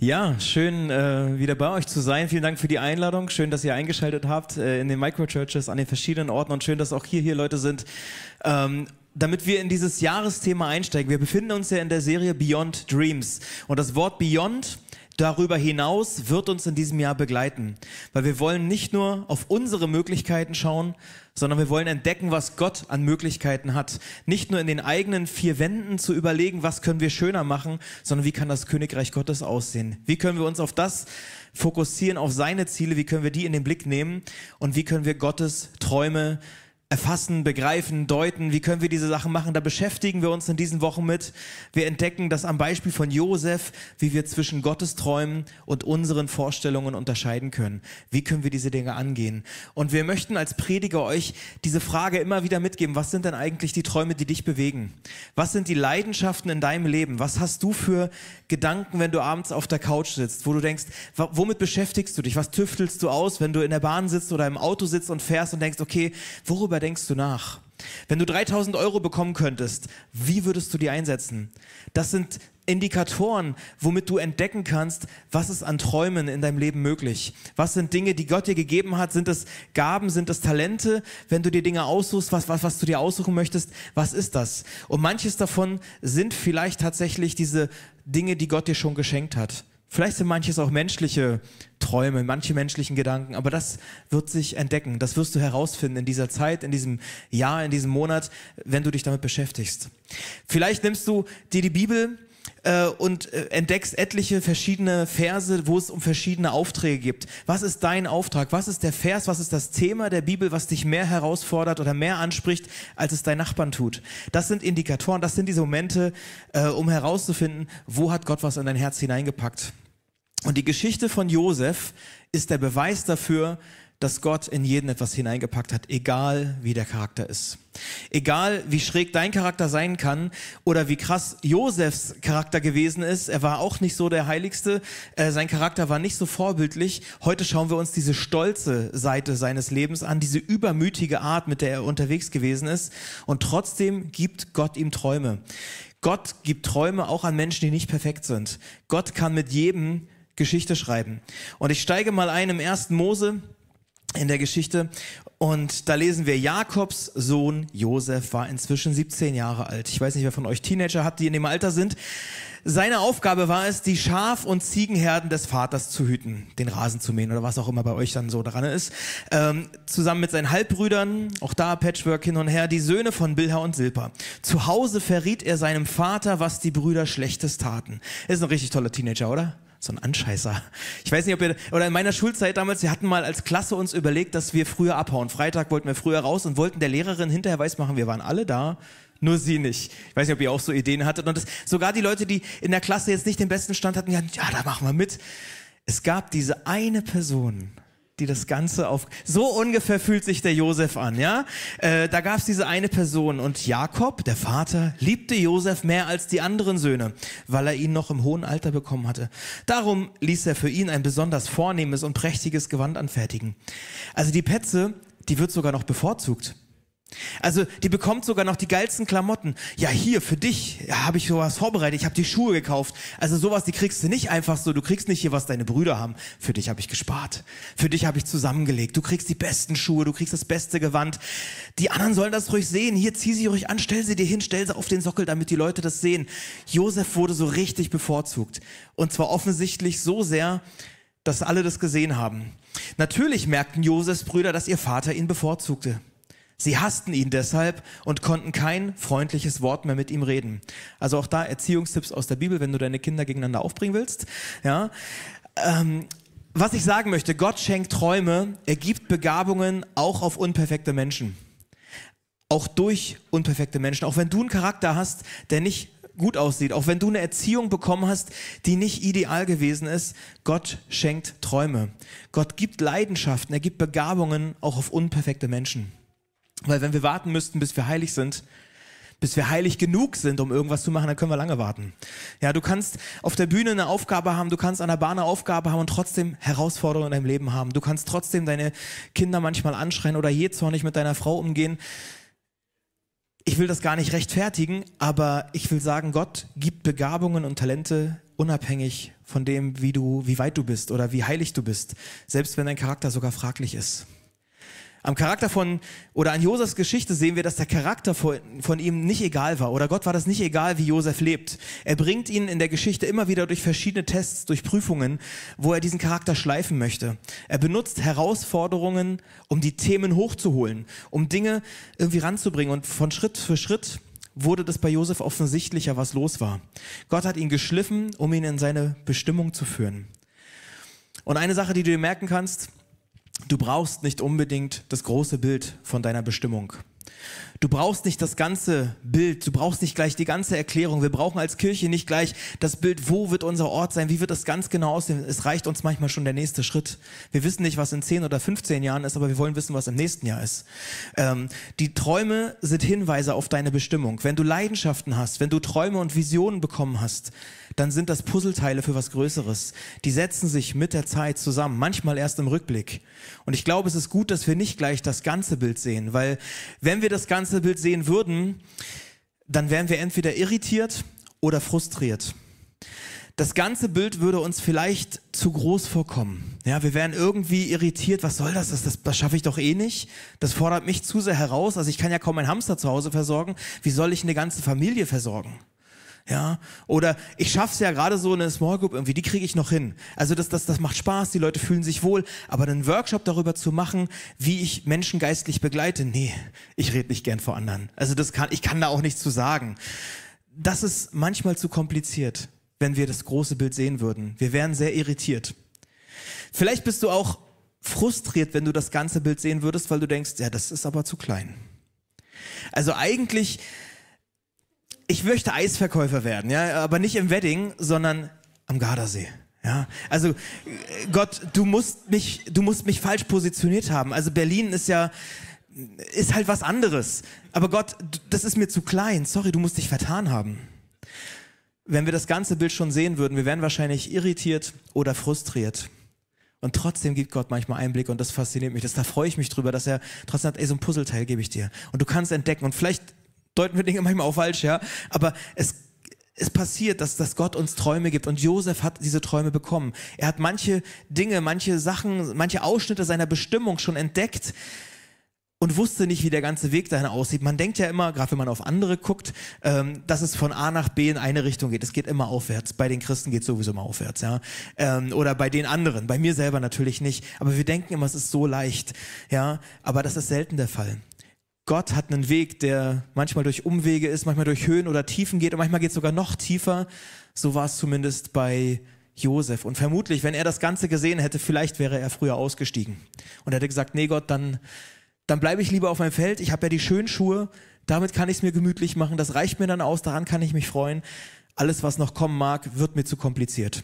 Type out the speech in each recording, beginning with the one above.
Ja, schön wieder bei euch zu sein. Vielen Dank für die Einladung. Schön, dass ihr eingeschaltet habt in den Microchurches an den verschiedenen Orten und schön, dass auch hier Leute sind. Damit wir in dieses Jahresthema einsteigen. Wir befinden uns ja in der Serie Beyond Dreams und das Wort Beyond darüber hinaus wird uns in diesem Jahr begleiten, weil wir wollen nicht nur auf unsere Möglichkeiten schauen, sondern wir wollen entdecken, was Gott an Möglichkeiten hat. Nicht nur in den eigenen vier Wänden zu überlegen, was können wir schöner machen, sondern wie kann das Königreich Gottes aussehen? Wie können wir uns auf das fokussieren, auf seine Ziele, wie können wir die in den Blick nehmen und wie können wir Gottes Träume erfassen, begreifen, deuten, wie können wir diese Sachen machen, da beschäftigen wir uns in diesen Wochen mit. Wir entdecken das am Beispiel von Josef, wie wir zwischen Gottes Träumen und unseren Vorstellungen unterscheiden können. Wie können wir diese Dinge angehen? Und wir möchten als Prediger euch diese Frage immer wieder mitgeben, was sind denn eigentlich die Träume, die dich bewegen? Was sind die Leidenschaften in deinem Leben? Was hast du für Gedanken, wenn du abends auf der Couch sitzt, wo du denkst, womit beschäftigst du dich? Was tüftelst du aus, wenn du in der Bahn sitzt oder im Auto sitzt und fährst und denkst, okay, worüber denkst du nach? Wenn du 3.000 Euro bekommen könntest, wie würdest du die einsetzen? Das sind Indikatoren, womit du entdecken kannst, was ist an Träumen in deinem Leben möglich? Was sind Dinge, die Gott dir gegeben hat? Sind es Gaben, sind es Talente? Wenn du dir Dinge aussuchst, was du dir aussuchen möchtest, was ist das? Und manches davon sind vielleicht tatsächlich diese Dinge, die Gott dir schon geschenkt hat. Vielleicht sind manches auch menschliche Träume, manche menschlichen Gedanken, aber das wird sich entdecken. Das wirst du herausfinden in dieser Zeit, in diesem Jahr, in diesem Monat, wenn du dich damit beschäftigst. Vielleicht nimmst du dir die Bibel und entdeckst etliche verschiedene Verse, wo es um verschiedene Aufträge gibt. Was ist dein Auftrag? Was ist der Vers? Was ist das Thema der Bibel, was dich mehr herausfordert oder mehr anspricht, als es dein Nachbarn tut? Das sind Indikatoren, das sind diese Momente, um herauszufinden, wo hat Gott was in dein Herz hineingepackt. Und die Geschichte von Josef ist der Beweis dafür, dass Gott in jeden etwas hineingepackt hat, egal wie der Charakter ist. Egal wie schräg dein Charakter sein kann oder wie krass Josefs Charakter gewesen ist, er war auch nicht so der Heiligste, sein Charakter war nicht so vorbildlich. Heute schauen wir uns diese stolze Seite seines Lebens an, diese übermütige Art, mit der er unterwegs gewesen ist und trotzdem gibt Gott ihm Träume. Gott gibt Träume auch an Menschen, die nicht perfekt sind. Gott kann mit jedem Geschichte schreiben. Und ich steige mal ein im 1. Mose in der Geschichte und da lesen wir, Jakobs Sohn Josef war inzwischen 17 Jahre alt. Ich weiß nicht, wer von euch Teenager hat, die in dem Alter sind. Seine Aufgabe war es, die Schaf- und Ziegenherden des Vaters zu hüten, den Rasen zu mähen oder was auch immer bei euch dann so dran ist. Zusammen mit seinen Halbbrüdern, auch da Patchwork hin und her, die Söhne von Bilha und Silpa. Zu Hause verriet er seinem Vater, was die Brüder Schlechtes taten. Ist ein richtig toller Teenager, oder? So ein Anscheißer. Ich weiß nicht, ob ihr, oder in meiner Schulzeit damals, wir hatten mal als Klasse uns überlegt, dass wir früher abhauen. Freitag wollten wir früher raus und wollten der Lehrerin hinterher weismachen, wir waren alle da, nur sie nicht. Ich weiß nicht, ob ihr auch so Ideen hattet. Und sogar die Leute, die in der Klasse jetzt nicht den besten Stand hatten, ja, da machen wir mit. Es gab diese eine Person, die das Ganze so ungefähr fühlt sich der Josef an, ja? Da gab es diese eine Person und Jakob, der Vater, liebte Josef mehr als die anderen Söhne, weil er ihn noch im hohen Alter bekommen hatte. Darum ließ er für ihn ein besonders vornehmes und prächtiges Gewand anfertigen. Also die Petze, die wird sogar noch bevorzugt. Also die bekommt sogar noch die geilsten Klamotten. Ja, hier für dich habe ich sowas vorbereitet, ich habe die Schuhe gekauft. Also sowas, die kriegst du nicht einfach so, du kriegst nicht hier, was deine Brüder haben. Für dich habe ich gespart, für dich habe ich zusammengelegt. Du kriegst die besten Schuhe, du kriegst das beste Gewand. Die anderen sollen das ruhig sehen, hier zieh sie ruhig an, stell sie dir hin, stell sie auf den Sockel, damit die Leute das sehen. Josef wurde so richtig bevorzugt und zwar offensichtlich so sehr, dass alle das gesehen haben. Natürlich merkten Josefs Brüder, dass ihr Vater ihn bevorzugte. Sie hassten ihn deshalb und konnten kein freundliches Wort mehr mit ihm reden. Also auch da Erziehungstipps aus der Bibel, wenn du deine Kinder gegeneinander aufbringen willst. Ja. Was ich sagen möchte, Gott schenkt Träume, er gibt Begabungen auch auf unperfekte Menschen. Auch durch unperfekte Menschen. Auch wenn du einen Charakter hast, der nicht gut aussieht, auch wenn du eine Erziehung bekommen hast, die nicht ideal gewesen ist, Gott schenkt Träume. Gott gibt Leidenschaften, er gibt Begabungen auch auf unperfekte Menschen. Weil wenn wir warten müssten, bis wir heilig sind, bis wir heilig genug sind, um irgendwas zu machen, dann können wir lange warten. Ja, du kannst auf der Bühne eine Aufgabe haben, du kannst an der Bahn eine Aufgabe haben und trotzdem Herausforderungen in deinem Leben haben. Du kannst trotzdem deine Kinder manchmal anschreien oder jähzornig mit deiner Frau umgehen. Ich will das gar nicht rechtfertigen, aber ich will sagen, Gott gibt Begabungen und Talente unabhängig von dem, wie weit du bist oder wie heilig du bist, selbst wenn dein Charakter sogar fraglich ist. Am Charakter an Josefs Geschichte sehen wir, dass der Charakter von ihm nicht egal war. Oder Gott war das nicht egal, wie Josef lebt. Er bringt ihn in der Geschichte immer wieder durch verschiedene Tests, durch Prüfungen, wo er diesen Charakter schleifen möchte. Er benutzt Herausforderungen, um die Themen hochzuholen, um Dinge irgendwie ranzubringen. Und von Schritt für Schritt wurde das bei Josef offensichtlicher, was los war. Gott hat ihn geschliffen, um ihn in seine Bestimmung zu führen. Und eine Sache, die du dir merken kannst: Du brauchst nicht unbedingt das große Bild von deiner Bestimmung. Du brauchst nicht das ganze Bild, du brauchst nicht gleich die ganze Erklärung. Wir brauchen als Kirche nicht gleich das Bild, wo wird unser Ort sein, wie wird das ganz genau aussehen. Es reicht uns manchmal schon der nächste Schritt. Wir wissen nicht, was in 10 oder 15 Jahren ist, aber wir wollen wissen, was im nächsten Jahr ist. Die Träume sind Hinweise auf deine Bestimmung. Wenn du Leidenschaften hast, wenn du Träume und Visionen bekommen hast, dann sind das Puzzleteile für was Größeres. Die setzen sich mit der Zeit zusammen, manchmal erst im Rückblick. Und ich glaube, es ist gut, dass wir nicht gleich das ganze Bild sehen, weil wenn wir das ganze Bild sehen würden, dann wären wir entweder irritiert oder frustriert. Das ganze Bild würde uns vielleicht zu groß vorkommen. Ja, wir wären irgendwie irritiert. Was soll das? Das schaffe ich doch eh nicht. Das fordert mich zu sehr heraus. Also ich kann ja kaum einen Hamster zu Hause versorgen. Wie soll ich eine ganze Familie versorgen? Ja, oder ich schaff's ja gerade so eine Small Group irgendwie, die kriege ich noch hin. Also das macht Spaß, die Leute fühlen sich wohl, aber einen Workshop darüber zu machen, wie ich Menschen geistlich begleite, nee, ich rede nicht gern vor anderen. Also ich kann da auch nichts zu sagen. Das ist manchmal zu kompliziert, wenn wir das große Bild sehen würden. Wir wären sehr irritiert. Vielleicht bist du auch frustriert, wenn du das ganze Bild sehen würdest, weil du denkst, ja, das ist aber zu klein. Also eigentlich, ich möchte Eisverkäufer werden, ja, aber nicht im Wedding, sondern am Gardasee. Ja, also Gott, du musst mich falsch positioniert haben. Also Berlin ist halt was anderes. Aber Gott, das ist mir zu klein. Sorry, du musst dich vertan haben. Wenn wir das ganze Bild schon sehen würden, wir wären wahrscheinlich irritiert oder frustriert. Und trotzdem gibt Gott manchmal Einblick und das fasziniert mich. Da freue ich mich drüber, dass er trotzdem sagt, ey, so ein Puzzleteil gebe ich dir. Und du kannst entdecken und vielleicht deuten wir Dinge manchmal auch falsch, ja. Aber es passiert, dass Gott uns Träume gibt und Josef hat diese Träume bekommen. Er hat manche Dinge, manche Sachen, manche Ausschnitte seiner Bestimmung schon entdeckt und wusste nicht, wie der ganze Weg dahin aussieht. Man denkt ja immer, gerade wenn man auf andere guckt, dass es von A nach B in eine Richtung geht. Es geht immer aufwärts. Bei den Christen geht es sowieso immer aufwärts, ja. Oder bei den anderen. Bei mir selber natürlich nicht. Aber wir denken immer, es ist so leicht, ja. Aber das ist selten der Fall. Gott hat einen Weg, der manchmal durch Umwege ist, manchmal durch Höhen oder Tiefen geht und manchmal geht es sogar noch tiefer. So war es zumindest bei Josef. Und vermutlich, wenn er das Ganze gesehen hätte, vielleicht wäre er früher ausgestiegen. Und er hätte gesagt, nee Gott, dann bleibe ich lieber auf meinem Feld. Ich habe ja die schönen Schuhe, damit kann ich es mir gemütlich machen. Das reicht mir dann aus, daran kann ich mich freuen. Alles, was noch kommen mag, wird mir zu kompliziert.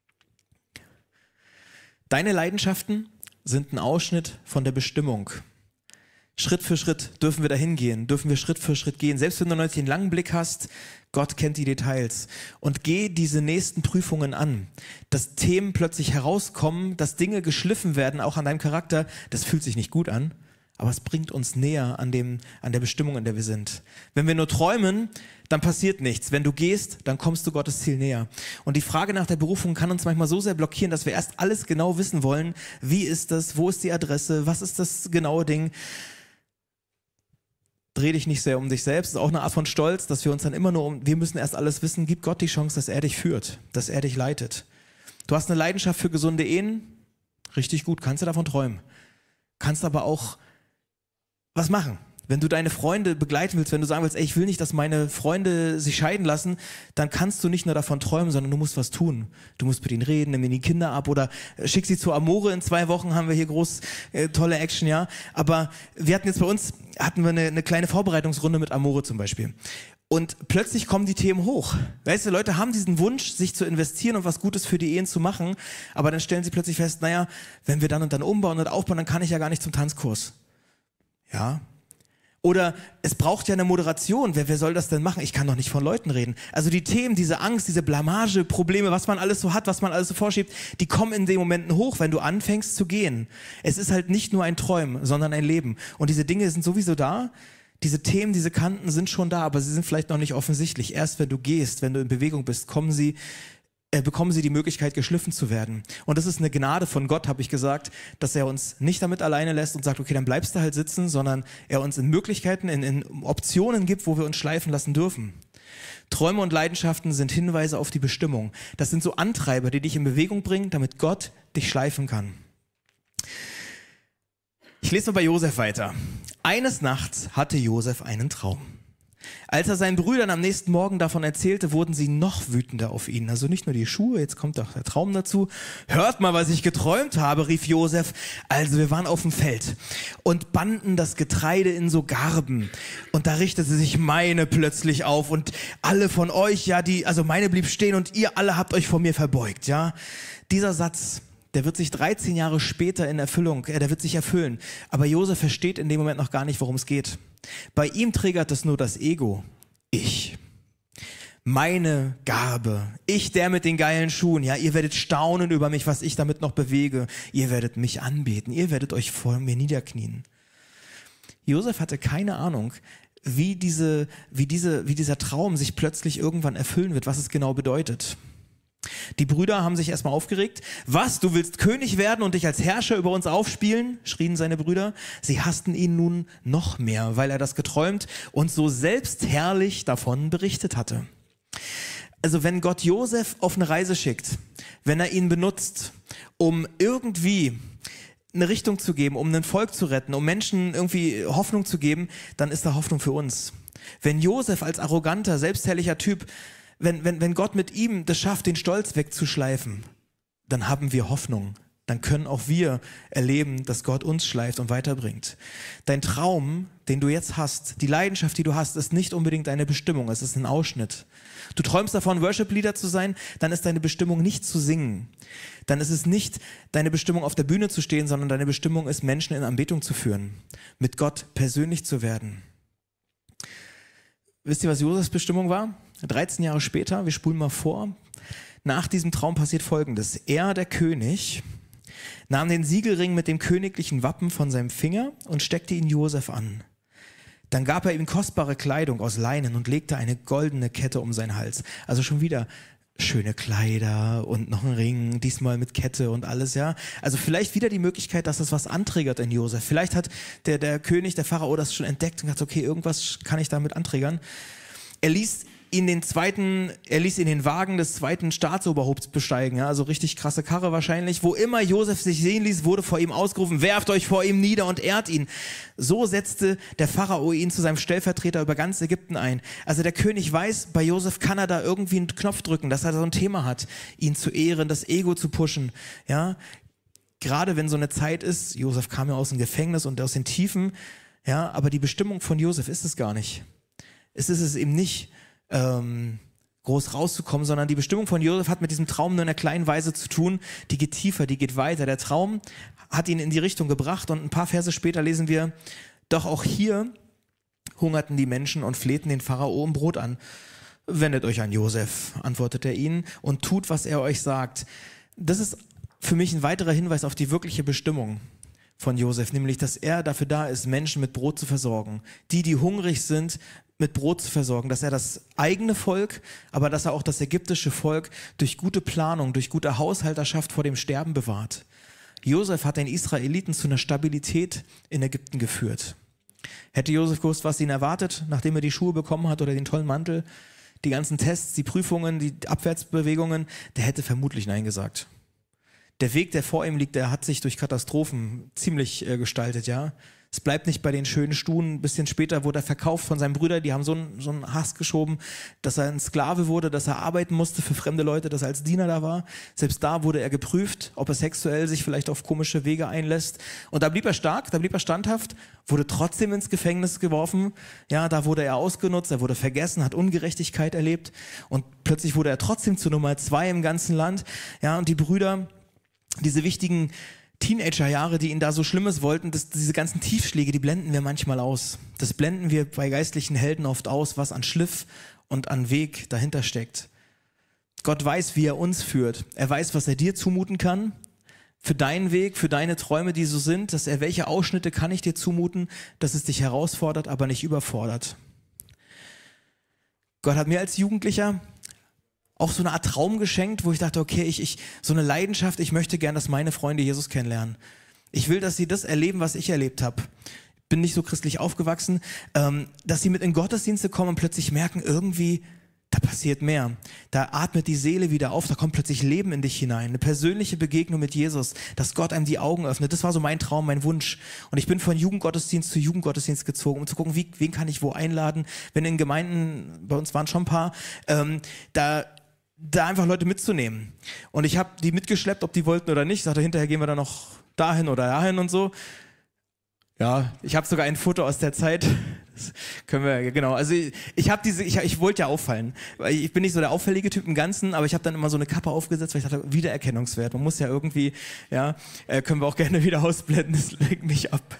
Deine Leidenschaften sind ein Ausschnitt von der Bestimmung. Schritt für Schritt dürfen wir dahin gehen, dürfen wir Schritt für Schritt gehen. Selbst wenn du noch nicht den langen Blick hast, Gott kennt die Details. Und geh diese nächsten Prüfungen an. Dass Themen plötzlich herauskommen, dass Dinge geschliffen werden, auch an deinem Charakter, das fühlt sich nicht gut an, aber es bringt uns näher an der Bestimmung, in der wir sind. Wenn wir nur träumen, dann passiert nichts. Wenn du gehst, dann kommst du Gottes Ziel näher. Und die Frage nach der Berufung kann uns manchmal so sehr blockieren, dass wir erst alles genau wissen wollen. Wie ist das? Wo ist die Adresse? Was ist das genaue Ding? Dreh dich nicht sehr um dich selbst. Das ist auch eine Art von Stolz, dass wir uns dann immer nur wir müssen erst alles wissen. Gib Gott die Chance, dass er dich führt, dass er dich leitet. Du hast eine Leidenschaft für gesunde Ehen. Richtig gut, kannst du davon träumen. Kannst aber auch was machen. Wenn du deine Freunde begleiten willst, wenn du sagen willst, ey, ich will nicht, dass meine Freunde sich scheiden lassen, dann kannst du nicht nur davon träumen, sondern du musst was tun. Du musst mit ihnen reden, nimm ihnen die Kinder ab oder schick sie zu Amore. In 2 Wochen haben wir hier tolle Action, ja. Aber wir hatten jetzt bei uns, eine kleine Vorbereitungsrunde mit Amore zum Beispiel. Und plötzlich kommen die Themen hoch. Weißt du, Leute haben diesen Wunsch, sich zu investieren und was Gutes für die Ehen zu machen, aber dann stellen sie plötzlich fest, naja, wenn wir dann und dann umbauen und aufbauen, dann kann ich ja gar nicht zum Tanzkurs. Ja. Oder es braucht ja eine Moderation. Wer soll das denn machen? Ich kann doch nicht von Leuten reden. Also die Themen, diese Angst, diese Blamage, Probleme, was man alles so hat, was man alles so vorschiebt, die kommen in den Momenten hoch, wenn du anfängst zu gehen. Es ist halt nicht nur ein Träumen, sondern ein Leben. Und diese Dinge sind sowieso da. Diese Themen, diese Kanten sind schon da, aber sie sind vielleicht noch nicht offensichtlich. Erst wenn du gehst, wenn du in Bewegung bist, kommen sie bekommen sie die Möglichkeit, geschliffen zu werden. Und das ist eine Gnade von Gott, habe ich gesagt, dass er uns nicht damit alleine lässt und sagt, okay, dann bleibst du halt sitzen, sondern er uns in Möglichkeiten, in Optionen gibt, wo wir uns schleifen lassen dürfen. Träume und Leidenschaften sind Hinweise auf die Bestimmung. Das sind so Antreiber, die dich in Bewegung bringen, damit Gott dich schleifen kann. Ich lese mal bei Josef weiter. Eines Nachts hatte Josef einen Traum. Als er seinen Brüdern am nächsten Morgen davon erzählte, wurden sie noch wütender auf ihn. Also nicht nur die Schuhe, jetzt kommt auch der Traum dazu. Hört mal, was ich geträumt habe, rief Josef. Also wir waren auf dem Feld und banden das Getreide in so Garben. Und da richtete sich meine plötzlich auf und alle von euch, ja, also meine blieb stehen und ihr alle habt euch vor mir verbeugt, ja. Dieser Satz, der wird sich 13 Jahre später der wird sich erfüllen. Aber Josef versteht in dem Moment noch gar nicht, worum es geht. Bei ihm triggert es nur das Ego. Ich. Meine Garbe. Ich, der mit den geilen Schuhen. Ja, ihr werdet staunen über mich, was ich damit noch bewege. Ihr werdet mich anbeten. Ihr werdet euch vor mir niederknien. Josef hatte keine Ahnung, wie dieser Traum sich plötzlich irgendwann erfüllen wird, was es genau bedeutet. Die Brüder haben sich erstmal aufgeregt. Was, du willst König werden und dich als Herrscher über uns aufspielen? Schrien seine Brüder. Sie hassten ihn nun noch mehr, weil er das geträumt und so selbstherrlich davon berichtet hatte. Also wenn Gott Josef auf eine Reise schickt, wenn er ihn benutzt, um irgendwie eine Richtung zu geben, um ein Volk zu retten, um Menschen irgendwie Hoffnung zu geben, dann ist da Hoffnung für uns. Wenn Josef als arroganter, selbstherrlicher Typ, wenn Gott mit ihm das schafft, den Stolz wegzuschleifen, dann haben wir Hoffnung. Dann können auch wir erleben, dass Gott uns schleift und weiterbringt. Dein Traum, den du jetzt hast, die Leidenschaft, die du hast, ist nicht unbedingt deine Bestimmung, es ist ein Ausschnitt. Du träumst davon, Worship-Leader zu sein, dann ist deine Bestimmung nicht zu singen. Dann ist es nicht deine Bestimmung, auf der Bühne zu stehen, sondern deine Bestimmung ist, Menschen in Anbetung zu führen, mit Gott persönlich zu werden. Wisst ihr, was Josefs Bestimmung war? 13 Jahre später, wir spulen mal vor, nach diesem Traum passiert Folgendes. Er, der König, nahm den Siegelring mit dem königlichen Wappen von seinem Finger und steckte ihn Josef an. Dann gab er ihm kostbare Kleidung aus Leinen und legte eine goldene Kette um seinen Hals. Also schon wieder schöne Kleider und noch ein Ring, diesmal mit Kette und alles, ja. Also vielleicht wieder die Möglichkeit, dass das was antriggert in Josef. Vielleicht hat der König, der Pharao das schon entdeckt und gesagt, okay, irgendwas kann ich damit antriggern. Er ließ ihn den Wagen des zweiten Staatsoberhaupts besteigen, ja, also richtig krasse Karre wahrscheinlich. Wo immer Josef sich sehen ließ, wurde vor ihm ausgerufen, werft euch vor ihm nieder und ehrt ihn. So setzte der Pharao ihn zu seinem Stellvertreter über ganz Ägypten ein. Also der König weiß, bei Josef kann er da irgendwie einen Knopf drücken, dass er so ein Thema hat, ihn zu ehren, das Ego zu pushen, ja. Gerade wenn so eine Zeit ist, Josef kam ja aus dem Gefängnis und aus den Tiefen, ja, aber die Bestimmung von Josef ist es gar nicht. Es ist es eben nicht, groß rauszukommen, sondern die Bestimmung von Josef hat mit diesem Traum nur in einer kleinen Weise zu tun, die geht tiefer, die geht weiter. Der Traum hat ihn in die Richtung gebracht und ein paar Verse später lesen wir, doch auch hier hungerten die Menschen und flehten den Pharao um Brot an. Wendet euch an Josef, antwortet er ihnen, und tut, was er euch sagt. Das ist für mich ein weiterer Hinweis auf die wirkliche Bestimmung von Josef, nämlich, dass er dafür da ist, Menschen mit Brot zu versorgen. Die hungrig sind, mit Brot zu versorgen, dass er das eigene Volk, aber dass er auch das ägyptische Volk durch gute Planung, durch gute Haushalterschaft vor dem Sterben bewahrt. Josef hat den Israeliten zu einer Stabilität in Ägypten geführt. Hätte Josef gewusst, was ihn erwartet, nachdem er die Schuhe bekommen hat oder den tollen Mantel, die ganzen Tests, die Prüfungen, die Abwärtsbewegungen, der hätte vermutlich Nein gesagt. Der Weg, der vor ihm liegt, der hat sich durch Katastrophen ziemlich gestaltet, ja. Es bleibt nicht bei den schönen Stuhen. Ein bisschen später wurde er verkauft von seinen Brüdern. Die haben so einen Hass geschoben, dass er ein Sklave wurde, dass er arbeiten musste für fremde Leute, dass er als Diener da war. Selbst da wurde er geprüft, ob er sexuell sich vielleicht auf komische Wege einlässt. Und da blieb er stark, da blieb er standhaft, wurde trotzdem ins Gefängnis geworfen. Ja, da wurde er ausgenutzt, er wurde vergessen, hat Ungerechtigkeit erlebt. Und plötzlich wurde er trotzdem zur Nummer 2 im ganzen Land. Ja, und die Brüder, diese wichtigen Teenagerjahre, die ihn da so Schlimmes wollten, diese ganzen Tiefschläge, die blenden wir manchmal aus. Das blenden wir bei geistlichen Helden oft aus, was an Schliff und an Weg dahinter steckt. Gott weiß, wie er uns führt. Er weiß, was er dir zumuten kann, für deinen Weg, für deine Träume, die so sind, welche Ausschnitte kann ich dir zumuten, dass es dich herausfordert, aber nicht überfordert. Gott hat mir als Jugendlicher auch so eine Art Traum geschenkt, wo ich dachte, okay, so eine Leidenschaft, ich möchte gern, dass meine Freunde Jesus kennenlernen. Ich will, dass sie das erleben, was ich erlebt habe. Bin nicht so christlich aufgewachsen, dass sie mit in Gottesdienste kommen und plötzlich merken, irgendwie, da passiert mehr. Da atmet die Seele wieder auf, da kommt plötzlich Leben in dich hinein. Eine persönliche Begegnung mit Jesus, dass Gott einem die Augen öffnet. Das war so mein Traum, mein Wunsch. Und ich bin von Jugendgottesdienst zu Jugendgottesdienst gezogen, um zu gucken, wen kann ich wo einladen. Wenn in Gemeinden, bei uns waren schon ein paar, da einfach Leute mitzunehmen. Und ich habe die mitgeschleppt, ob die wollten oder nicht. Ich sagte, hinterher gehen wir dann noch dahin oder dahin und so. Ja, ich habe sogar ein Foto aus der Zeit. Das können wir, genau. Also ich wollte ja auffallen. Ich bin nicht so der auffällige Typ im Ganzen, aber ich habe dann immer so eine Kappe aufgesetzt, weil ich dachte, Wiedererkennungswert. Man muss ja irgendwie, ja, können wir auch gerne wieder ausblenden, das lenkt mich ab.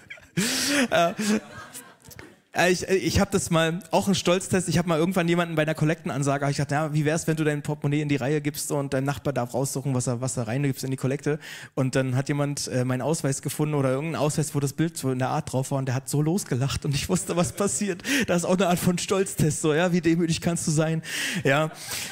Ich habe das mal, auch ein Stolztest, ich habe mal irgendwann jemanden bei einer Kollektenansage, ich dachte, ja, wie wär's, wenn du dein Portemonnaie in die Reihe gibst und dein Nachbar darf raussuchen, was er reingibst in die Kollekte, und dann hat jemand meinen Ausweis gefunden oder irgendeinen Ausweis, wo das Bild so in der Art drauf war, und der hat so losgelacht und ich wusste, was passiert. Das ist auch eine Art von Stolztest, so, ja, wie demütig kannst du sein, ja.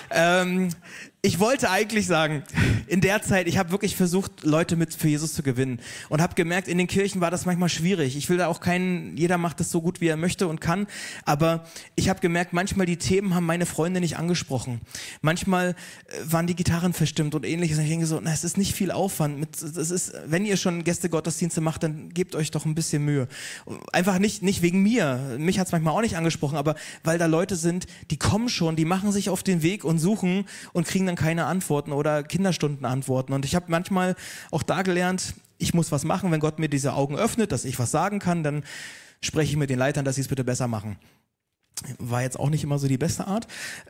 Ich wollte eigentlich sagen, in der Zeit, ich habe wirklich versucht, Leute mit für Jesus zu gewinnen und habe gemerkt, in den Kirchen war das manchmal schwierig. Ich will da auch jeder macht das so gut, wie er möchte und kann, aber ich habe gemerkt, manchmal die Themen haben meine Freunde nicht angesprochen. Manchmal waren die Gitarren verstimmt und ähnliches. Und ich denke so, es ist nicht viel Aufwand. Wenn ihr schon Gästegottesdienste macht, dann gebt euch doch ein bisschen Mühe. Einfach nicht wegen mir. Mich hat es manchmal auch nicht angesprochen, aber weil da Leute sind, die kommen schon, die machen sich auf den Weg und suchen und kriegen dann keine Antworten oder Kinderstundenantworten. Und ich habe manchmal auch da gelernt, ich muss was machen, wenn Gott mir diese Augen öffnet, dass ich was sagen kann, dann spreche ich mit den Leitern, dass sie es bitte besser machen. War jetzt auch nicht immer so die beste Art.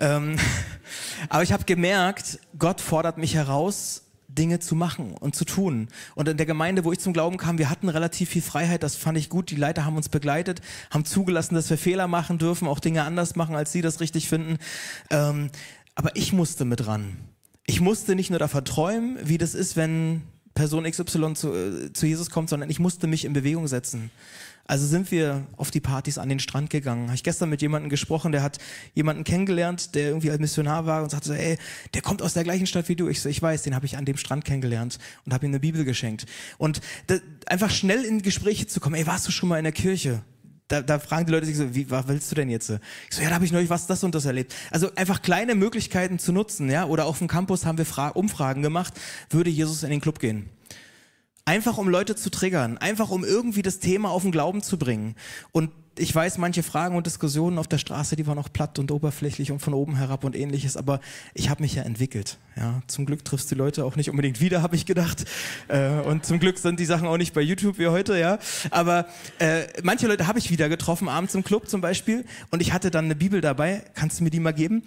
Aber ich habe gemerkt, Gott fordert mich heraus, Dinge zu machen und zu tun. Und in der Gemeinde, wo ich zum Glauben kam, wir hatten relativ viel Freiheit, das fand ich gut. Die Leiter haben uns begleitet, haben zugelassen, dass wir Fehler machen dürfen, auch Dinge anders machen, als sie das richtig finden. Aber ich musste mit ran. Ich musste nicht nur davon träumen, wie das ist, wenn Person XY zu Jesus kommt, sondern ich musste mich in Bewegung setzen. Also sind wir auf die Partys an den Strand gegangen. Habe ich gestern mit jemandem gesprochen, der hat jemanden kennengelernt, der irgendwie als Missionar war und sagte so, ey, der kommt aus der gleichen Stadt wie du. Ich so, ich weiß, den habe ich an dem Strand kennengelernt und habe ihm eine Bibel geschenkt. Und einfach schnell in Gespräche zu kommen, ey, warst du schon mal in der Kirche? Da fragen die Leute sich so, was willst du denn jetzt? Ich so, ja, da habe ich neulich das und das erlebt. Also einfach kleine Möglichkeiten zu nutzen, ja. Oder auf dem Campus haben wir Umfragen gemacht, würde Jesus in den Club gehen? Einfach um Leute zu triggern, einfach um irgendwie das Thema auf den Glauben zu bringen. Und ich weiß, manche Fragen und Diskussionen auf der Straße, die waren auch platt und oberflächlich und von oben herab und ähnliches, aber ich habe mich ja entwickelt. Ja, zum Glück triffst du die Leute auch nicht unbedingt wieder, habe ich gedacht. Und zum Glück sind die Sachen auch nicht bei YouTube wie heute, ja. Aber manche Leute habe ich wieder getroffen, abends im Club zum Beispiel, und ich hatte dann eine Bibel dabei, kannst du mir die mal geben?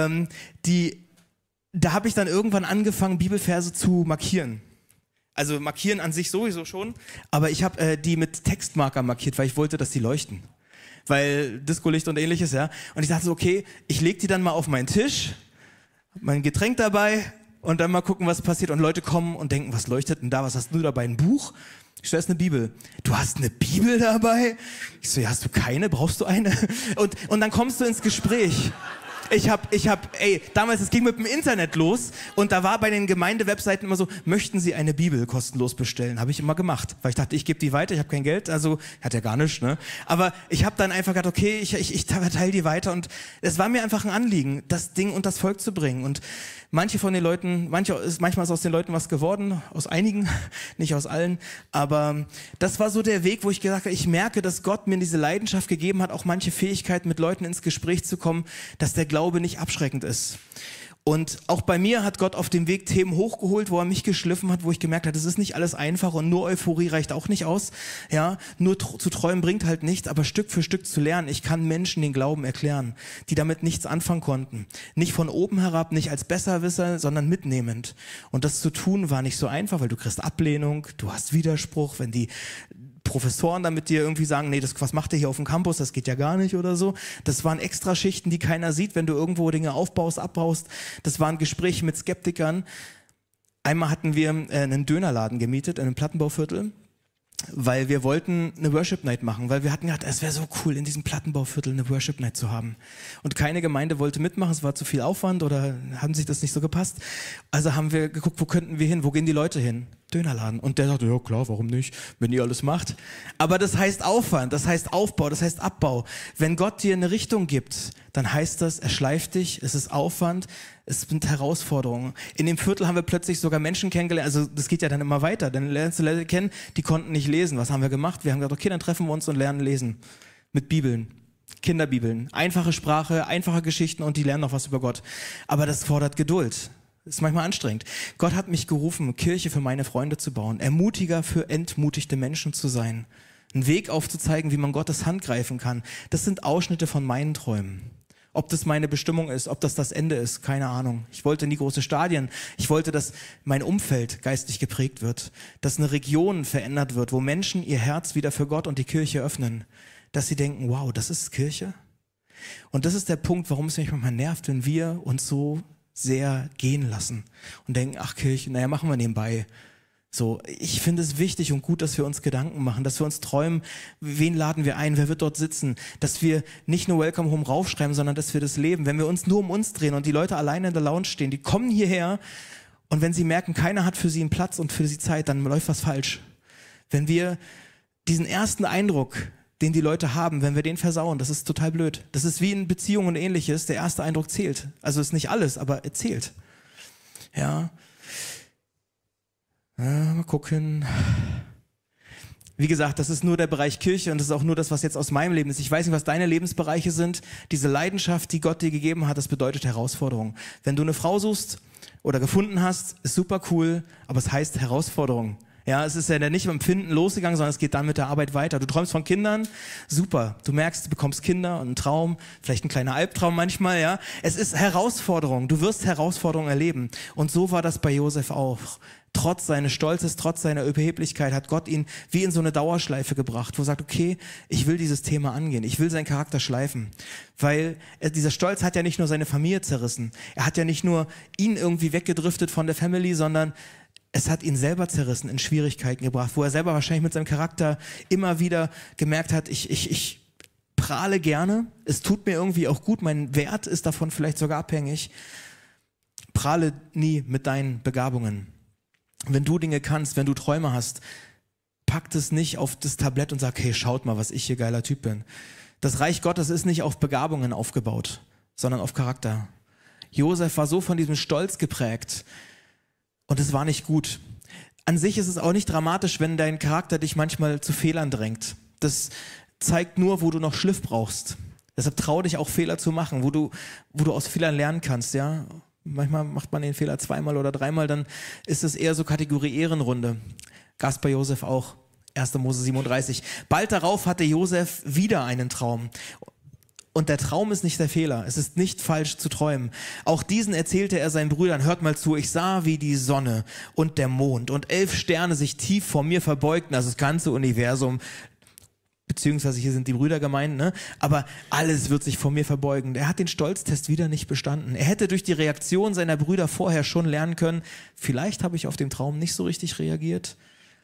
Da habe ich dann irgendwann angefangen, Bibelverse zu markieren. Also markieren an sich sowieso schon, aber ich habe die mit Textmarker markiert, weil ich wollte, dass die leuchten. Weil Discolicht und ähnliches, ja. Und ich dachte so, okay, ich lege die dann mal auf meinen Tisch, hab mein Getränk dabei und dann mal gucken, was passiert. Und Leute kommen und denken, was leuchtet denn da? Was hast du dabei? Ein Buch? Ich so, das ist eine Bibel. Du hast eine Bibel dabei? Ich so, ja, hast du keine? Brauchst du eine? Und dann kommst du ins Gespräch. Damals, es ging mit dem Internet los und da war bei den Gemeindewebseiten immer so, möchten Sie eine Bibel kostenlos bestellen? Habe ich immer gemacht, weil ich dachte, ich gebe die weiter, ich habe kein Geld, also hat ja gar nichts, ne? Aber ich habe dann einfach gedacht, okay, ich verteile die weiter und es war mir einfach ein Anliegen, das Ding und das Volk zu bringen. Und manchmal ist aus den Leuten was geworden, aus einigen, nicht aus allen, aber das war so der Weg, wo ich gesagt habe, ich merke, dass Gott mir diese Leidenschaft gegeben hat, auch manche Fähigkeiten mit Leuten ins Gespräch zu kommen, dass der Glaube nicht abschreckend ist. Und auch bei mir hat Gott auf dem Weg Themen hochgeholt, wo er mich geschliffen hat, wo ich gemerkt habe, das ist nicht alles einfach und nur Euphorie reicht auch nicht aus. Ja, nur zu träumen bringt halt nichts, aber Stück für Stück zu lernen. Ich kann Menschen den Glauben erklären, die damit nichts anfangen konnten. Nicht von oben herab, nicht als Besserwisser, sondern mitnehmend. Und das zu tun war nicht so einfach, weil du kriegst Ablehnung, du hast Widerspruch, wenn die Professoren dann mit dir irgendwie sagen, nee, was macht ihr hier auf dem Campus, das geht ja gar nicht oder so. Das waren Extraschichten, die keiner sieht, wenn du irgendwo Dinge aufbaust, abbaust. Das waren Gespräche mit Skeptikern. Einmal hatten wir einen Dönerladen gemietet in einem Plattenbauviertel. weil wir wollten eine Worship Night machen, weil wir hatten gedacht, es wäre so cool, in diesem Plattenbauviertel eine Worship Night zu haben. Und keine Gemeinde wollte mitmachen, es war zu viel Aufwand oder haben sich das nicht so gepasst. Also haben wir geguckt, wo könnten wir hin, wo gehen die Leute hin? Dönerladen. Und der sagte, ja klar, warum nicht, wenn ihr alles macht. Aber das heißt Aufwand, das heißt Aufbau, das heißt Abbau. Wenn Gott dir eine Richtung gibt, dann heißt das, er schleift dich, es ist Aufwand, es sind Herausforderungen. In dem Viertel haben wir plötzlich sogar Menschen kennengelernt, also das geht ja dann immer weiter, dann lernst du Leute kennen, die konnten nicht lesen. Was haben wir gemacht? Wir haben gesagt, okay, dann treffen wir uns und lernen lesen. Mit Bibeln, Kinderbibeln, einfache Sprache, einfache Geschichten und die lernen noch was über Gott. Aber das fordert Geduld. Ist manchmal anstrengend. Gott hat mich gerufen, Kirche für meine Freunde zu bauen, Ermutiger für entmutigte Menschen zu sein, einen Weg aufzuzeigen, wie man Gottes Hand greifen kann. Das sind Ausschnitte von meinen Träumen. Ob das meine Bestimmung ist, ob das das Ende ist, keine Ahnung. Ich wollte nie große Stadien. Ich wollte, dass mein Umfeld geistlich geprägt wird, dass eine Region verändert wird, wo Menschen ihr Herz wieder für Gott und die Kirche öffnen, dass sie denken, wow, das ist Kirche. Und das ist der Punkt, warum es mich manchmal nervt, wenn wir uns so sehr gehen lassen und denken, ach Kirche, naja, machen wir nebenbei. So, ich finde es wichtig und gut, dass wir uns Gedanken machen, dass wir uns träumen, wen laden wir ein, wer wird dort sitzen, dass wir nicht nur Welcome Home raufschreiben, sondern dass wir das leben. Wenn wir uns nur um uns drehen und die Leute alleine in der Lounge stehen, die kommen hierher und wenn sie merken, keiner hat für sie einen Platz und für sie Zeit, dann läuft was falsch. Wenn wir diesen ersten Eindruck, den die Leute haben, wenn wir den versauen, das ist total blöd. Das ist wie in Beziehungen und Ähnliches, der erste Eindruck zählt. Also ist nicht alles, aber er zählt. Ja. Mal gucken. Wie gesagt, das ist nur der Bereich Kirche und das ist auch nur das, was jetzt aus meinem Leben ist. Ich weiß nicht, was deine Lebensbereiche sind. Diese Leidenschaft, die Gott dir gegeben hat, das bedeutet Herausforderung. Wenn du eine Frau suchst oder gefunden hast, ist super cool, aber es heißt Herausforderung. Ja, es ist ja nicht beim Finden losgegangen, sondern es geht dann mit der Arbeit weiter. Du träumst von Kindern, super. Du merkst, du bekommst Kinder und einen Traum, vielleicht ein kleiner Albtraum manchmal, ja. Es ist Herausforderung. Du wirst Herausforderungen erleben. Und so war das bei Josef auch. Trotz seines Stolzes, trotz seiner Überheblichkeit hat Gott ihn wie in so eine Dauerschleife gebracht, wo er sagt, okay, ich will dieses Thema angehen. Ich will seinen Charakter schleifen. Weil dieser Stolz hat ja nicht nur seine Familie zerrissen. Er hat ja nicht nur ihn irgendwie weggedriftet von der Family, sondern es hat ihn selber zerrissen, in Schwierigkeiten gebracht, wo er selber wahrscheinlich mit seinem Charakter immer wieder gemerkt hat, ich prahle gerne, es tut mir irgendwie auch gut, mein Wert ist davon vielleicht sogar abhängig. Prahle nie mit deinen Begabungen. Wenn du Dinge kannst, wenn du Träume hast, pack es nicht auf das Tablett und sag, hey, schaut mal, was ich hier geiler Typ bin. Das Reich Gottes ist nicht auf Begabungen aufgebaut, sondern auf Charakter. Josef war so von diesem Stolz geprägt, und es war nicht gut. An sich ist es auch nicht dramatisch, wenn dein Charakter dich manchmal zu Fehlern drängt. Das zeigt nur, wo du noch Schliff brauchst. Deshalb trau dich auch Fehler zu machen, wo du aus Fehlern lernen kannst, ja. Manchmal macht man den Fehler 2-mal oder 3-mal, dann ist es eher so Kategorie Ehrenrunde. Gast bei Josef auch, 1. Mose 37. Bald darauf hatte Josef wieder einen Traum. Und der Traum ist nicht der Fehler. Es ist nicht falsch zu träumen. Auch diesen erzählte er seinen Brüdern. Hört mal zu, ich sah, wie die Sonne und der Mond und 11 Sterne sich tief vor mir verbeugten, also das ganze Universum, beziehungsweise hier sind die Brüder gemeint, ne? Aber alles wird sich vor mir verbeugen. Er hat den Stolztest wieder nicht bestanden. Er hätte durch die Reaktion seiner Brüder vorher schon lernen können, vielleicht habe ich auf den Traum nicht so richtig reagiert.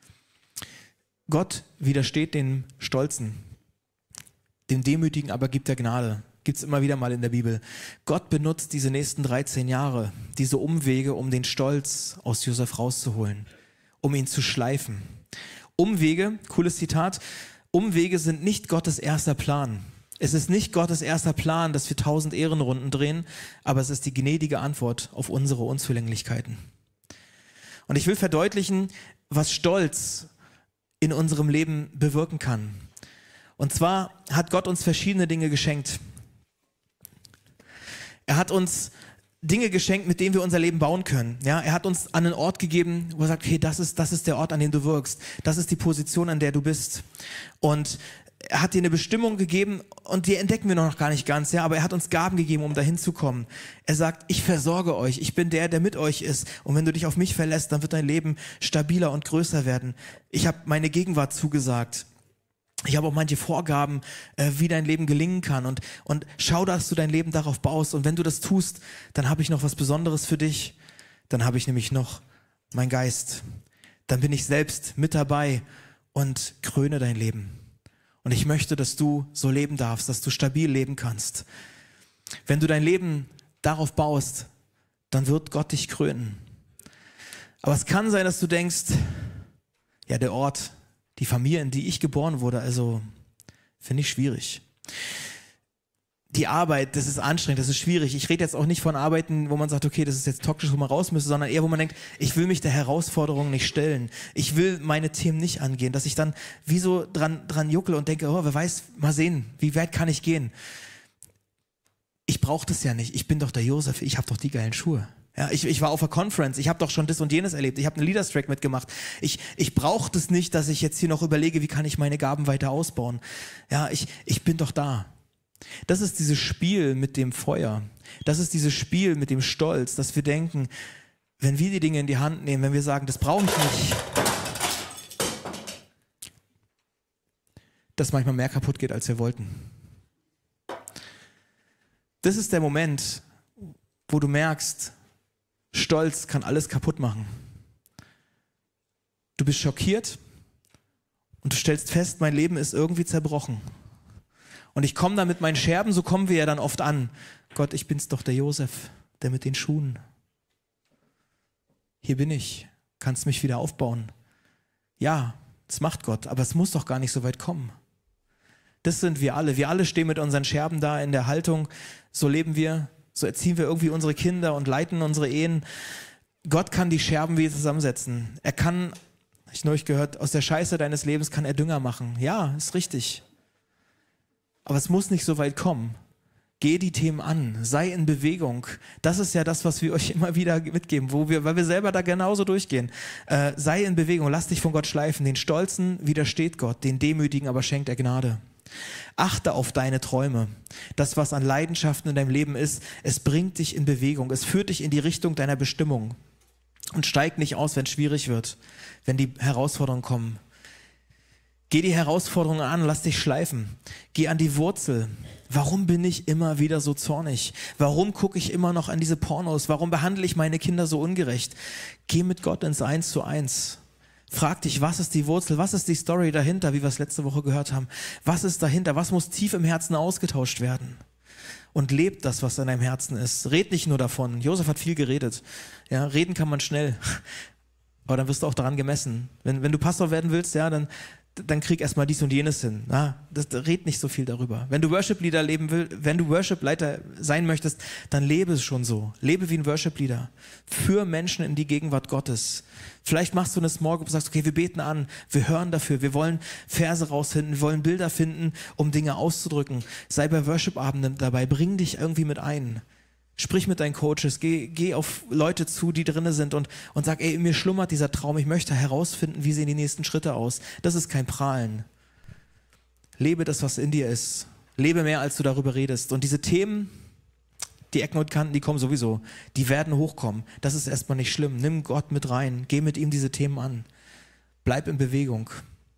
Gott widersteht den Stolzen. Dem Demütigen aber gibt er Gnade. Gibt es immer wieder mal in der Bibel. Gott benutzt diese nächsten 13 Jahre, diese Umwege, um den Stolz aus Josef rauszuholen, um ihn zu schleifen. Umwege, cooles Zitat, Umwege sind nicht Gottes erster Plan. Es ist nicht Gottes erster Plan, dass wir 1000 Ehrenrunden drehen, aber es ist die gnädige Antwort auf unsere Unzulänglichkeiten. Und ich will verdeutlichen, was Stolz in unserem Leben bewirken kann. Und zwar hat Gott uns verschiedene Dinge geschenkt. Er hat uns Dinge geschenkt, mit denen wir unser Leben bauen können. Ja, er hat uns an einen Ort gegeben, wo er sagt, hey, das ist der Ort, an dem du wirkst. Das ist die Position, an der du bist. Und er hat dir eine Bestimmung gegeben und die entdecken wir noch gar nicht ganz, ja, aber er hat uns Gaben gegeben, um dahin zu kommen. Er sagt, ich versorge euch, ich bin der mit euch ist und wenn du dich auf mich verlässt, dann wird dein Leben stabiler und größer werden. Ich habe meine Gegenwart zugesagt. Ich habe auch manche Vorgaben, wie dein Leben gelingen kann und schau, dass du dein Leben darauf baust und wenn du das tust, dann habe ich noch was Besonderes für dich, dann habe ich nämlich noch meinen Geist, dann bin ich selbst mit dabei und kröne dein Leben. Und ich möchte, dass du so leben darfst, dass du stabil leben kannst. Wenn du dein Leben darauf baust, dann wird Gott dich krönen. Aber es kann sein, dass du denkst, ja, der Ort, die Familie, in die ich geboren wurde, also finde ich schwierig. Die Arbeit, das ist anstrengend, das ist schwierig. Ich rede jetzt auch nicht von Arbeiten, wo man sagt, okay, das ist jetzt toxisch, wo man raus müsste, sondern eher, wo man denkt, ich will mich der Herausforderung nicht stellen. Ich will meine Themen nicht angehen, dass ich dann wie so dran juckle und denke, oh, wer weiß, mal sehen, wie weit kann ich gehen. Ich brauche das ja nicht. Ich bin doch der Josef, ich habe doch die geilen Schuhe. Ja, ich war auf einer Conference, ich habe doch schon das und jenes erlebt, ich habe einen Leaders-Track mitgemacht. Ich brauche das nicht, dass ich jetzt hier noch überlege, wie kann ich meine Gaben weiter ausbauen. Ja, ich bin doch da. Das ist dieses Spiel mit dem Feuer. Das ist dieses Spiel mit dem Stolz, dass wir denken, wenn wir die Dinge in die Hand nehmen, wenn wir sagen, das brauche ich nicht, dass manchmal mehr kaputt geht, als wir wollten. Das ist der Moment, wo du merkst, Stolz kann alles kaputt machen. Du bist schockiert und du stellst fest, mein Leben ist irgendwie zerbrochen. Und ich komme da mit meinen Scherben, so kommen wir ja dann oft an. Gott, ich bin's doch, der Josef, der mit den Schuhen. Hier bin ich, kannst mich wieder aufbauen. Ja, das macht Gott, aber es muss doch gar nicht so weit kommen. Das sind wir alle. Wir alle stehen mit unseren Scherben da in der Haltung. So leben wir, so erziehen wir irgendwie unsere Kinder und leiten unsere Ehen. Gott kann die Scherben wieder zusammensetzen. Er kann, habe ich neulich gehört, aus der Scheiße deines Lebens kann er Dünger machen. Ja, ist richtig. Aber es muss nicht so weit kommen. Geh die Themen an, sei in Bewegung. Das ist ja das, was wir euch immer wieder mitgeben, weil wir selber da genauso durchgehen. Sei in Bewegung, lass dich von Gott schleifen. Den Stolzen widersteht Gott, den Demütigen aber schenkt er Gnade. Achte auf deine Träume. Das, was an Leidenschaften in deinem Leben ist, es bringt dich in Bewegung. Es führt dich in die Richtung deiner Bestimmung. Und steig nicht aus, wenn es schwierig wird, wenn die Herausforderungen kommen. Geh die Herausforderungen an, lass dich schleifen. Geh an die Wurzel. Warum bin ich immer wieder so zornig? Warum gucke ich immer noch an diese Pornos? Warum behandle ich meine Kinder so ungerecht? Geh mit Gott ins 1:1. Frag dich, was ist die Wurzel? Was ist die Story dahinter, wie wir es letzte Woche gehört haben? Was ist dahinter? Was muss tief im Herzen ausgetauscht werden? Und lebt das, was in deinem Herzen ist. Red nicht nur davon. Josef hat viel geredet. Ja, reden kann man schnell. Aber dann wirst du auch daran gemessen. Wenn du Pastor werden willst, ja, dann krieg erstmal dies und jenes hin. Red nicht so viel darüber. Wenn du Worship-Leader wenn du Worship-Leiter sein möchtest, dann lebe es schon so. Lebe wie ein Worship-Leader. Führ Menschen in die Gegenwart Gottes. Vielleicht machst du eine Small Group und sagst, okay, wir beten an, wir hören dafür, wir wollen Verse rausfinden, wir wollen Bilder finden, um Dinge auszudrücken. Sei bei Worship-Abenden dabei, bring dich irgendwie mit ein. Sprich mit deinen Coaches, geh auf Leute zu, die drinne sind und sag, ey, mir schlummert dieser Traum, ich möchte herausfinden, wie sehen die nächsten Schritte aus. Das ist kein Prahlen. Lebe das, was in dir ist. Lebe mehr, als du darüber redest. Und diese Themen, die Ecken und Kanten, die kommen sowieso. Die werden hochkommen. Das ist erstmal nicht schlimm. Nimm Gott mit rein. Geh mit ihm diese Themen an. Bleib in Bewegung.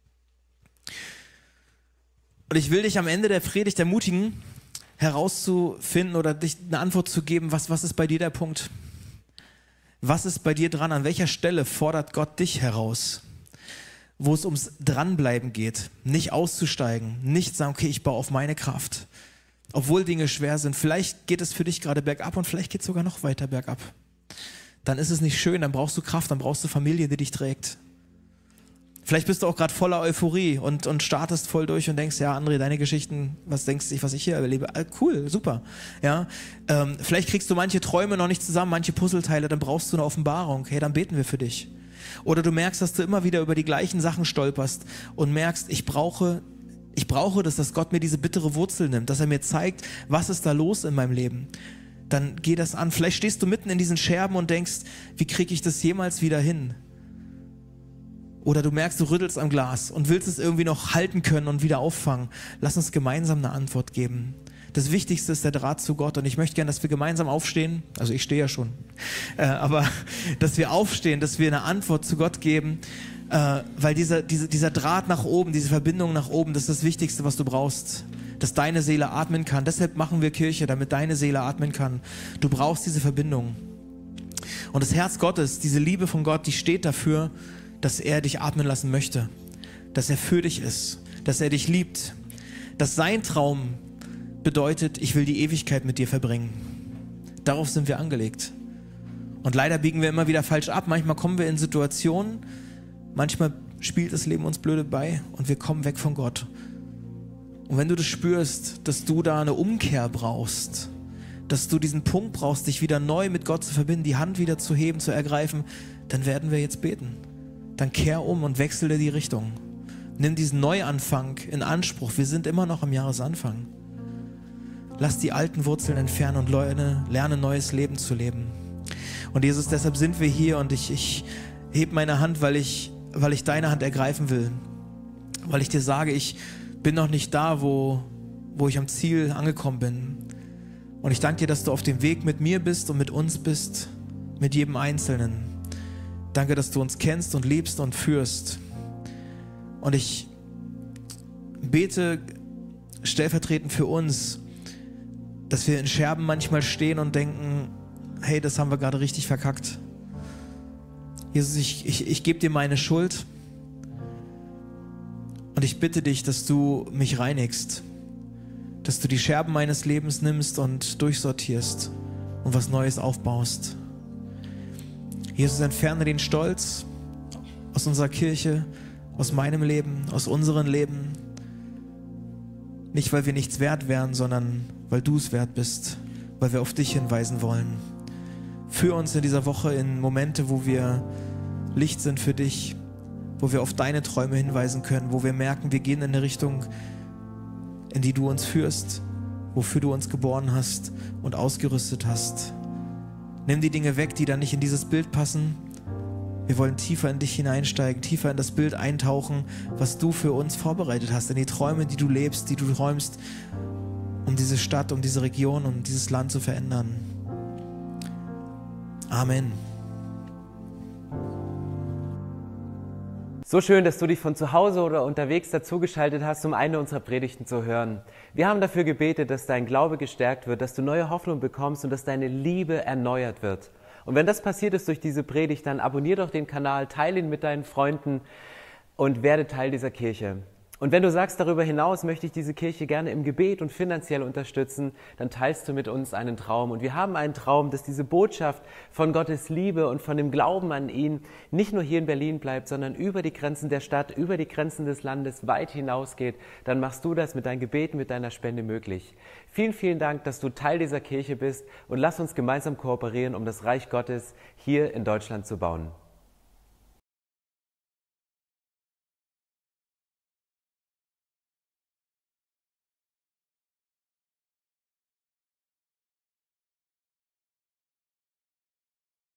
Und ich will dich am Ende der Predigt ermutigen, herauszufinden oder dich eine Antwort zu geben, was ist bei dir der Punkt? Was ist bei dir dran? An welcher Stelle fordert Gott dich heraus? Wo es ums Dranbleiben geht, nicht auszusteigen, nicht sagen, okay, ich baue auf meine Kraft. Obwohl Dinge schwer sind, vielleicht geht es für dich gerade bergab und vielleicht geht es sogar noch weiter bergab. Dann ist es nicht schön, dann brauchst du Kraft, dann brauchst du Familie, die dich trägt. Vielleicht bist du auch gerade voller Euphorie und startest voll durch und denkst, ja, André, deine Geschichten, was denkst du, was ich hier erlebe? Cool, super. Ja, vielleicht kriegst du manche Träume noch nicht zusammen, manche Puzzleteile, dann brauchst du eine Offenbarung. Hey, dann beten wir für dich. Oder du merkst, dass du immer wieder über die gleichen Sachen stolperst und merkst, ich brauche das, dass Gott mir diese bittere Wurzel nimmt, dass er mir zeigt, was ist da los in meinem Leben. Dann geh das an. Vielleicht stehst du mitten in diesen Scherben und denkst, wie kriege ich das jemals wieder hin? Oder du merkst, du rüttelst am Glas und willst es irgendwie noch halten können und wieder auffangen. Lass uns gemeinsam eine Antwort geben. Das Wichtigste ist der Draht zu Gott und ich möchte gerne, dass wir gemeinsam aufstehen. Also ich stehe ja schon. Aber dass wir aufstehen, dass wir eine Antwort zu Gott geben, weil dieser Draht nach oben, diese Verbindung nach oben, das ist das Wichtigste, was du brauchst. Dass deine Seele atmen kann. Deshalb machen wir Kirche, damit deine Seele atmen kann. Du brauchst diese Verbindung. Und das Herz Gottes, diese Liebe von Gott, die steht dafür, dass er dich atmen lassen möchte. dass er für dich ist, dass er dich liebt, dass sein Traum bedeutet, ich will die Ewigkeit mit dir verbringen. Darauf sind wir angelegt. Und leider biegen wir immer wieder falsch ab. Manchmal kommen wir in Situationen, manchmal spielt das Leben uns blöde bei und wir kommen weg von Gott. Und wenn du das spürst, dass du da eine Umkehr brauchst, dass du diesen Punkt brauchst, dich wieder neu mit Gott zu verbinden, die Hand wieder zu heben, zu ergreifen, dann werden wir jetzt beten. Dann kehr um und wechsle die Richtung. Nimm diesen Neuanfang in Anspruch. Wir sind immer noch am Jahresanfang. Lass die alten Wurzeln entfernen und lerne neues Leben zu leben. Und Jesus, deshalb sind wir hier und ich hebe meine Hand, weil ich deine Hand ergreifen will. Weil ich dir sage, ich bin noch nicht da, wo ich am Ziel angekommen bin. Und ich danke dir, dass du auf dem Weg mit mir bist und mit uns bist, mit jedem Einzelnen. Danke, dass du uns kennst und liebst und führst. Und ich bete stellvertretend für uns, dass wir in Scherben manchmal stehen und denken, hey, das haben wir gerade richtig verkackt. Jesus, ich gebe dir meine Schuld und ich bitte dich, dass du mich reinigst, dass du die Scherben meines Lebens nimmst und durchsortierst und was Neues aufbaust. Jesus, entferne den Stolz aus unserer Kirche, aus meinem Leben, aus unserem Leben. Nicht, weil wir nichts wert wären, sondern weil du es wert bist, weil wir auf dich hinweisen wollen. Führ uns in dieser Woche in Momente, wo wir Licht sind für dich, wo wir auf deine Träume hinweisen können, wo wir merken, wir gehen in eine Richtung, in die du uns führst, wofür du uns geboren hast und ausgerüstet hast. Nimm die Dinge weg, die dann nicht in dieses Bild passen. Wir wollen tiefer in dich hineinsteigen, tiefer in das Bild eintauchen, was du für uns vorbereitet hast, in die Träume, die du lebst, die du träumst, um diese Stadt, um diese Region, um dieses Land zu verändern. Amen. So schön, dass du dich von zu Hause oder unterwegs dazugeschaltet hast, um eine unserer Predigten zu hören. Wir haben dafür gebetet, dass dein Glaube gestärkt wird, dass du neue Hoffnung bekommst und dass deine Liebe erneuert wird. Und wenn das passiert ist durch diese Predigt, dann abonnier doch den Kanal, teile ihn mit deinen Freunden und werde Teil dieser Kirche. Und wenn du sagst, darüber hinaus möchte ich diese Kirche gerne im Gebet und finanziell unterstützen, dann teilst du mit uns einen Traum. Und wir haben einen Traum, dass diese Botschaft von Gottes Liebe und von dem Glauben an ihn nicht nur hier in Berlin bleibt, sondern über die Grenzen der Stadt, über die Grenzen des Landes weit hinausgeht. Dann machst du das mit deinem Gebet, mit deiner Spende möglich. Vielen, vielen Dank, dass du Teil dieser Kirche bist und lass uns gemeinsam kooperieren, um das Reich Gottes hier in Deutschland zu bauen.